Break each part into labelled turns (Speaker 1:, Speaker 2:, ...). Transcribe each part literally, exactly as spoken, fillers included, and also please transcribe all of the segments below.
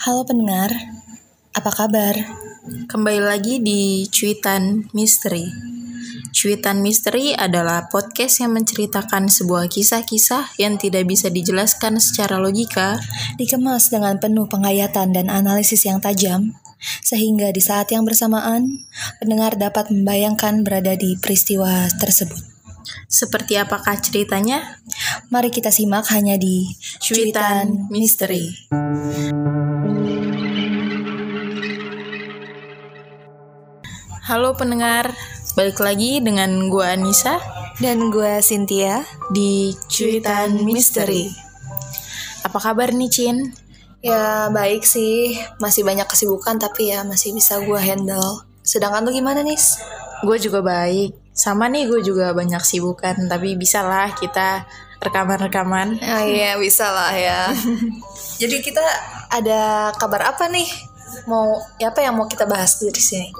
Speaker 1: Halo pendengar, apa kabar?
Speaker 2: Kembali lagi di Cuitan Misteri. Cuitan Misteri adalah podcast yang menceritakan sebuah kisah-kisah yang tidak bisa dijelaskan secara logika,
Speaker 1: Dikemas dengan penuh penghayatan dan analisis yang tajam, sehingga di saat yang bersamaan, pendengar dapat membayangkan berada di peristiwa tersebut.
Speaker 2: Seperti apakah ceritanya?
Speaker 1: Mari kita simak hanya di
Speaker 2: Cuitan Misteri. Halo pendengar, balik lagi dengan gua Anissa
Speaker 1: Dan gue Cynthia
Speaker 2: di Cuitan Misteri. Apa kabar nih Cin?
Speaker 1: Ya baik sih, masih banyak kesibukan tapi ya masih bisa gue handle. Sedangkan lu gimana Nis?
Speaker 2: Gue juga baik. Sama nih gue juga banyak sibukan, tapi bisa lah kita rekaman-rekaman.
Speaker 1: Oh iya bisa lah ya. Jadi kita ada kabar apa nih? Mau apa yang mau kita bahas di sini?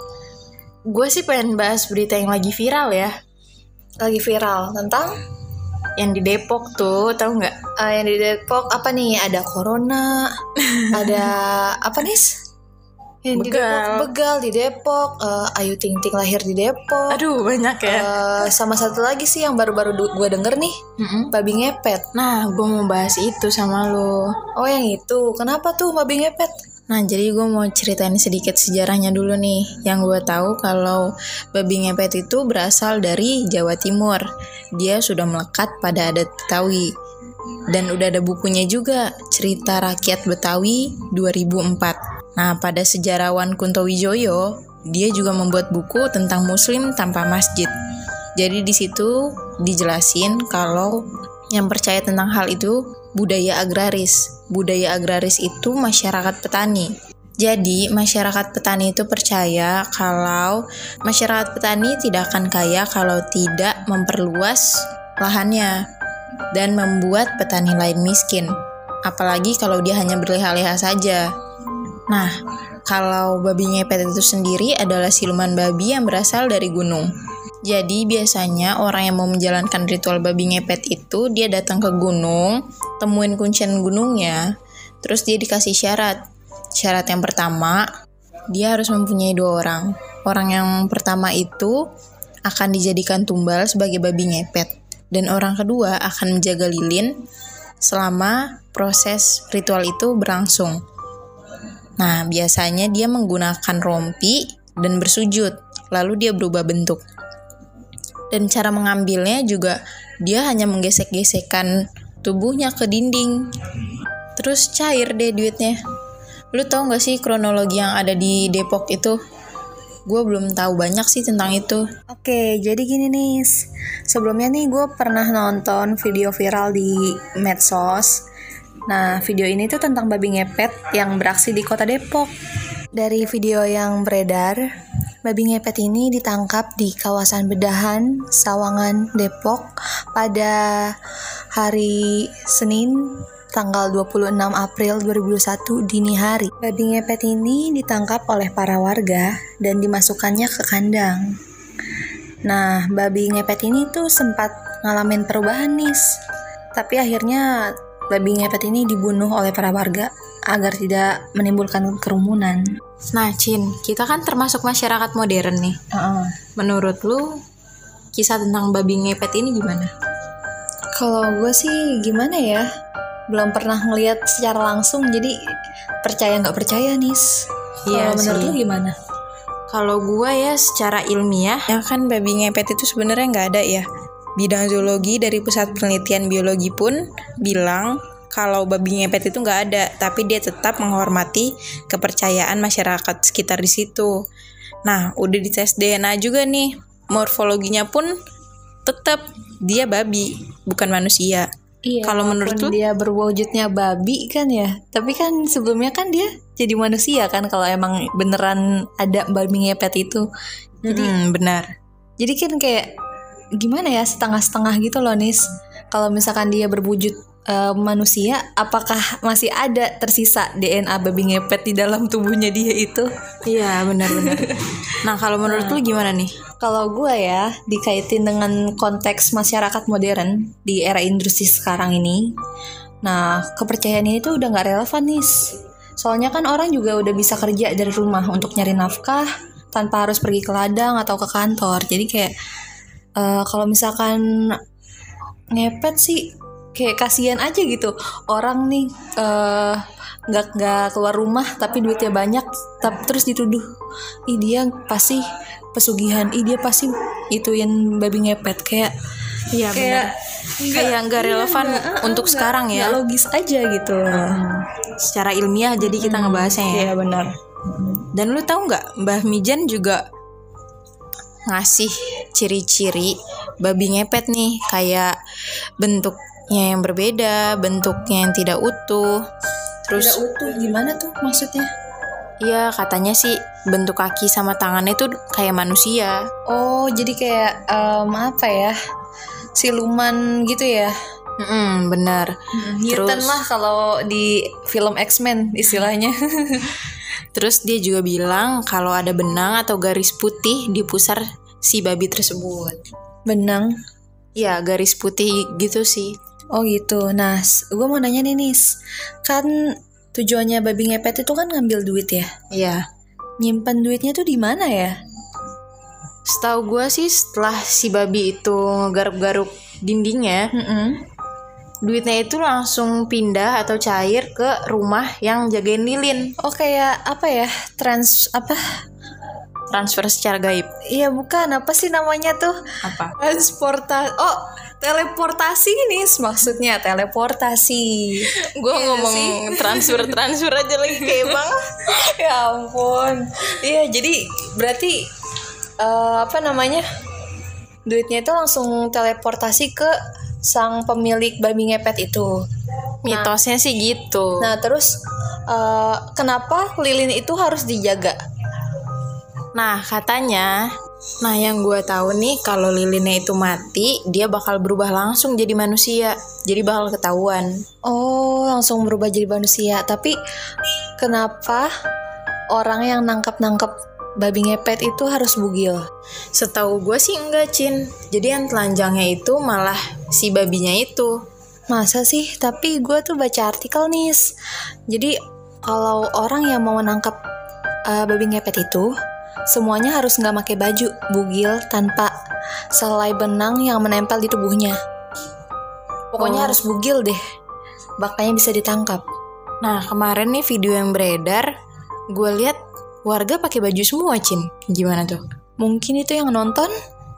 Speaker 2: Gue sih pengen bahas berita yang lagi viral ya.
Speaker 1: Lagi viral tentang
Speaker 2: Yang di Depok tuh, tahu nggak?
Speaker 1: uh, yang di Depok apa nih? Ada corona, ada apa nih? Yang di
Speaker 2: Begal.
Speaker 1: Depok, begal di Depok, uh, Ayu Ting Ting lahir di Depok.
Speaker 2: Aduh banyak ya.
Speaker 1: Uh, sama satu lagi sih yang baru-baru du- gue denger nih,
Speaker 2: Mm-mm.
Speaker 1: babi ngepet.
Speaker 2: Nah, gue mau bahas itu sama lo.
Speaker 1: Oh yang itu, kenapa tuh babi ngepet?
Speaker 2: Nah, jadi gue mau ceritain sedikit sejarahnya dulu nih. Yang gue tahu kalau babi ngepet itu berasal dari Jawa Timur. Dia sudah melekat pada adat Betawi. Dan udah ada bukunya juga, Cerita Rakyat Betawi dua ribu empat. Nah, pada sejarawan Kunto Wijoyo, dia juga membuat buku tentang Muslim tanpa masjid. Jadi di situ dijelasin kalau yang percaya tentang hal itu budaya agraris. Budaya agraris itu masyarakat petani. Jadi masyarakat petani itu percaya kalau masyarakat petani tidak akan kaya kalau tidak memperluas lahannya dan membuat petani lain miskin. Apalagi kalau dia hanya berleha-leha saja. Nah, kalau babi ngepet itu sendiri adalah siluman babi yang berasal dari gunung. Jadi biasanya orang yang mau menjalankan ritual babi ngepet itu dia datang ke gunung, temuin kuncian gunungnya, terus dia dikasih syarat. Syarat yang pertama, dia harus mempunyai dua orang. Orang yang pertama itu akan dijadikan tumbal sebagai babi ngepet, dan orang kedua akan menjaga lilin selama proses ritual itu berlangsung. Nah, biasanya dia menggunakan rompi dan bersujud, lalu dia berubah bentuk. Dan cara mengambilnya juga dia hanya menggesek-gesekkan tubuhnya ke dinding. Terus cair deh duitnya. Lu tau gak sih kronologi yang ada di Depok itu? Gue belum tahu banyak sih tentang itu.
Speaker 1: Oke, jadi gini nih. Sebelumnya nih gue pernah nonton video viral di medsos. Nah, video ini tuh tentang babi ngepet yang beraksi di kota Depok. Dari video yang beredar, babi ngepet ini ditangkap di kawasan Bedahan, Sawangan, Depok pada hari Senin tanggal dua puluh enam April dua ribu dua puluh satu dini hari. Babi ngepet ini ditangkap oleh para warga dan dimasukkannya ke kandang. Nah, babi ngepet ini tuh sempat ngalamin perubahan nih. Tapi akhirnya babi ngepet ini dibunuh oleh para warga agar tidak menimbulkan kerumunan.
Speaker 2: Nah, Cin, kita kan termasuk masyarakat modern nih.
Speaker 1: Uh-uh.
Speaker 2: Menurut lu, kisah tentang babi ngepet ini gimana?
Speaker 1: Kalau gue sih gimana ya, belum pernah ngelihat secara langsung, jadi percaya nggak percaya nih.
Speaker 2: Iya
Speaker 1: Kalau menurut
Speaker 2: sih.
Speaker 1: lu gimana?
Speaker 2: Kalau gue ya secara ilmiah, ya kan babi ngepet itu sebenarnya nggak ada ya. Bidang zoologi dari Pusat Penelitian Biologi pun bilang kalau babi ngepet itu nggak ada, tapi dia tetap menghormati kepercayaan masyarakat sekitar di situ. Nah, udah dites D N A juga nih, morfologinya pun tetap dia babi, bukan manusia.
Speaker 1: Iya,
Speaker 2: Kalau menurut lu?
Speaker 1: dia berwujudnya babi kan ya, tapi kan sebelumnya kan dia jadi manusia kan kalau emang beneran ada babi ngepet itu. Jadi
Speaker 2: Hmm, benar.
Speaker 1: Jadi kan kayak gimana ya, setengah-setengah gitu loh Nis. Kalau misalkan dia berwujud uh, manusia, apakah masih ada tersisa D N A babi ngepet di dalam tubuhnya dia itu?
Speaker 2: Iya, benar-benar. Nah, kalau menurut lu gimana nih?
Speaker 1: Kalau gue ya, dikaitin dengan konteks masyarakat modern di era industri sekarang ini, nah kepercayaan ini tuh udah gak relevan nih. Soalnya kan orang juga udah bisa kerja dari rumah untuk nyari nafkah tanpa harus pergi ke ladang atau ke kantor. Jadi kayak uh, kalau misalkan ngepet sih kayak kasihan aja gitu. Orang nih uh, nggak nggak keluar rumah tapi duitnya banyak, tapi terus dituduh, ih dia pasti pesugihan, ih dia pasti ituin babi ngepet. Kayak
Speaker 2: iya
Speaker 1: kayak
Speaker 2: benar, kayak nggak relevan
Speaker 1: iya, enggak,
Speaker 2: untuk
Speaker 1: enggak,
Speaker 2: sekarang ya,
Speaker 1: enggak logis aja gitu.
Speaker 2: hmm. Secara ilmiah jadi kita hmm. ngebahasnya ya.
Speaker 1: Iya benar.
Speaker 2: Dan lu tahu nggak, Mbah Mijan juga ngasih ciri-ciri babi ngepet nih, kayak bentuknya yang berbeda, bentuknya yang tidak utuh. Terus
Speaker 1: tidak utuh gimana tuh maksudnya?
Speaker 2: Iya, katanya sih bentuk kaki sama tangannya tuh kayak manusia.
Speaker 1: Oh, jadi kayak um, apa ya? Siluman gitu ya?
Speaker 2: Mm-mm, benar.
Speaker 1: Hmm, Mutant lah kalau di film X-Men istilahnya.
Speaker 2: Terus dia juga bilang kalau ada benang atau garis putih di pusar si babi tersebut.
Speaker 1: Benang?
Speaker 2: Iya, garis putih gitu sih.
Speaker 1: Oh gitu. Nah, gue mau nanya nih Nis, kan tujuannya babi ngepet itu kan ngambil duit ya?
Speaker 2: Iya.
Speaker 1: Nyimpan duitnya tuh di mana ya?
Speaker 2: Setahu gue sih setelah si babi itu ngegaruk-garuk dindingnya,
Speaker 1: mm-hmm.
Speaker 2: duitnya itu langsung pindah atau cair ke rumah yang jagain lilin.
Speaker 1: Oh kayak apa ya? Trans apa?
Speaker 2: Transfer secara gaib.
Speaker 1: Iya bukan, apa sih namanya tuh?
Speaker 2: Apa?
Speaker 1: Transportasi. Oh, teleportasi nih maksudnya, teleportasi.
Speaker 2: Gue iya ngomong sih. transfer transfer aja lagi kayak bang.
Speaker 1: Ya ampun. Iya, jadi berarti uh, apa namanya? Duitnya itu langsung teleportasi ke sang pemilik babi ngepet itu.
Speaker 2: Mitosnya nah, sih gitu.
Speaker 1: Nah, terus uh, kenapa lilin itu harus dijaga?
Speaker 2: Nah, katanya, nah yang gue tahu nih kalau lilinnya itu mati, dia bakal berubah langsung jadi manusia. Jadi bakal ketahuan.
Speaker 1: Oh, langsung berubah jadi manusia. Tapi kenapa orang yang nangkep-nangkep babi ngepet itu harus bugil?
Speaker 2: Setahu gue sih enggak, Cin. Jadi yang telanjangnya itu malah si babinya itu.
Speaker 1: Masa sih? Tapi gue tuh baca artikel nih. Jadi kalau orang yang mau menangkap uh, babi ngepet itu, semuanya harus nggak pakai baju, bugil tanpa selai benang yang menempel di tubuhnya. Pokoknya oh. harus bugil deh, makanya bisa ditangkap.
Speaker 2: Nah kemarin nih video yang beredar, gue lihat warga pakai baju semua, Cin. Gimana tuh?
Speaker 1: Mungkin itu yang nonton?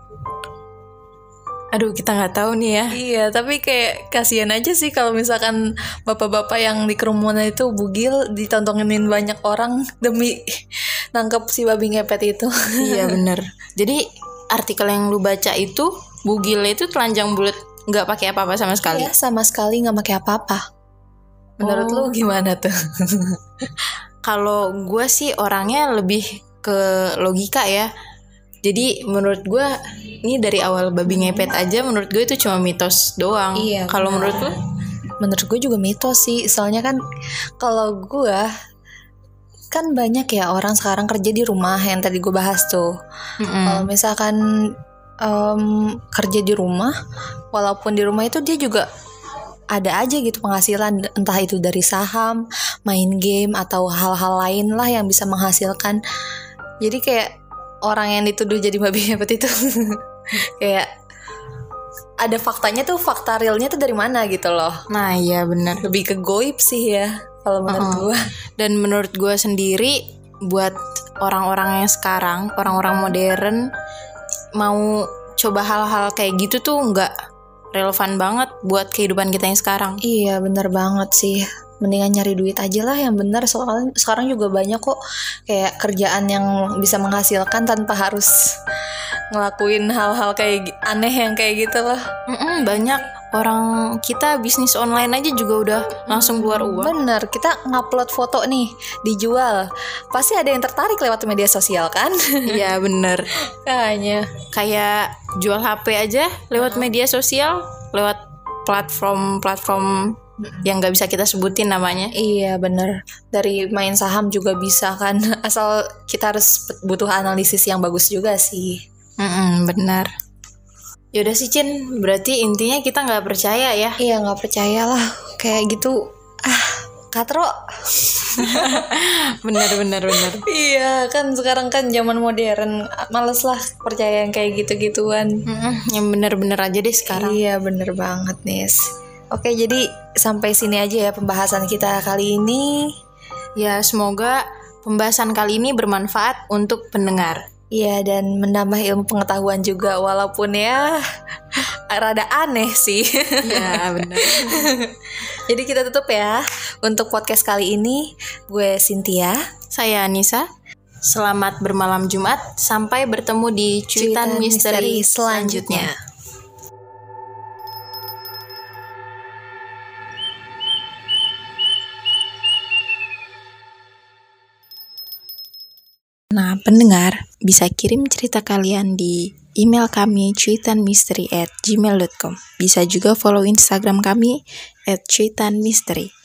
Speaker 2: Aduh, kita nggak tahu nih ya.
Speaker 1: Iya, tapi kayak kasihan aja sih kalau misalkan bapak-bapak yang di kerumunan itu bugil ditontonin banyak orang demi nangkep si babi ngepet itu.
Speaker 2: Iya bener. Jadi artikel yang lu baca itu bugilnya itu telanjang bulat, nggak pakai apa-apa sama sekali.
Speaker 1: Iya, sama sekali nggak pakai apa-apa. Menurut oh. lu gimana tuh?
Speaker 2: Kalau gue sih orangnya lebih ke logika ya. Jadi menurut gue ini dari awal babi ngepet aja menurut gue itu cuma mitos doang.
Speaker 1: Iya.
Speaker 2: Kalau menurut lu?
Speaker 1: Menurut gue juga mitos sih. Soalnya kan kalau gue kan banyak ya orang sekarang kerja di rumah yang tadi gue bahas tuh. Mm-hmm. Kalau misalkan um, kerja di rumah, walaupun di rumah itu dia juga ada aja gitu penghasilan, entah itu dari saham, main game atau hal-hal lain lah yang bisa menghasilkan. Jadi kayak orang yang dituduh jadi babi ngepet itu kayak ada faktanya tuh, fakta realnya tuh dari mana gitu loh.
Speaker 2: Nah iya benar,
Speaker 1: lebih ke goib sih ya kalau menurut uh-huh. gue.
Speaker 2: Dan menurut gue sendiri buat orang-orang yang sekarang, orang-orang modern mau coba hal-hal kayak gitu tuh nggak relevan banget buat kehidupan kita yang sekarang.
Speaker 1: Iya benar banget sih. Mendingan nyari duit aja lah yang benar. Soalnya sekarang juga banyak kok kayak kerjaan yang bisa menghasilkan tanpa harus ngelakuin hal-hal kayak aneh yang kayak gitu loh.
Speaker 2: Mm-mm, banyak orang kita bisnis online aja juga udah langsung keluar uang.
Speaker 1: Bener, kita ngupload foto nih dijual, pasti ada yang tertarik lewat media sosial kan?
Speaker 2: Iya bener.
Speaker 1: Kayaknya
Speaker 2: kayak jual H P aja lewat media sosial, lewat platform-platform yang nggak bisa kita sebutin namanya.
Speaker 1: Iya bener. Dari main saham juga bisa kan, asal kita harus butuh analisis yang bagus juga sih.
Speaker 2: Mm-mm, benar. Yaudah sih Cin, berarti intinya kita nggak percaya ya?
Speaker 1: Iya nggak percaya lah, kayak gitu. Ah Katro.
Speaker 2: Bener bener bener.
Speaker 1: Iya kan sekarang kan zaman modern, males lah percaya yang kayak gitu-gituan.
Speaker 2: Mm-mm, yang bener-bener aja deh sekarang.
Speaker 1: Iya bener banget Nis. Oke jadi sampai sini aja ya pembahasan kita kali ini.
Speaker 2: Ya semoga pembahasan kali ini bermanfaat untuk pendengar.
Speaker 1: Iya dan menambah ilmu pengetahuan juga walaupun ya rada aneh sih.
Speaker 2: Iya benar.
Speaker 1: Jadi kita tutup ya untuk podcast kali ini. Gue Cynthia,
Speaker 2: saya Anissa. Selamat bermalam Jumat. Sampai bertemu di Cuitan Misteri selanjutnya. Nah, pendengar bisa kirim cerita kalian di email kami cuitanmisteri at gmail dot com. Bisa juga follow Instagram kami at cuitanmisteri.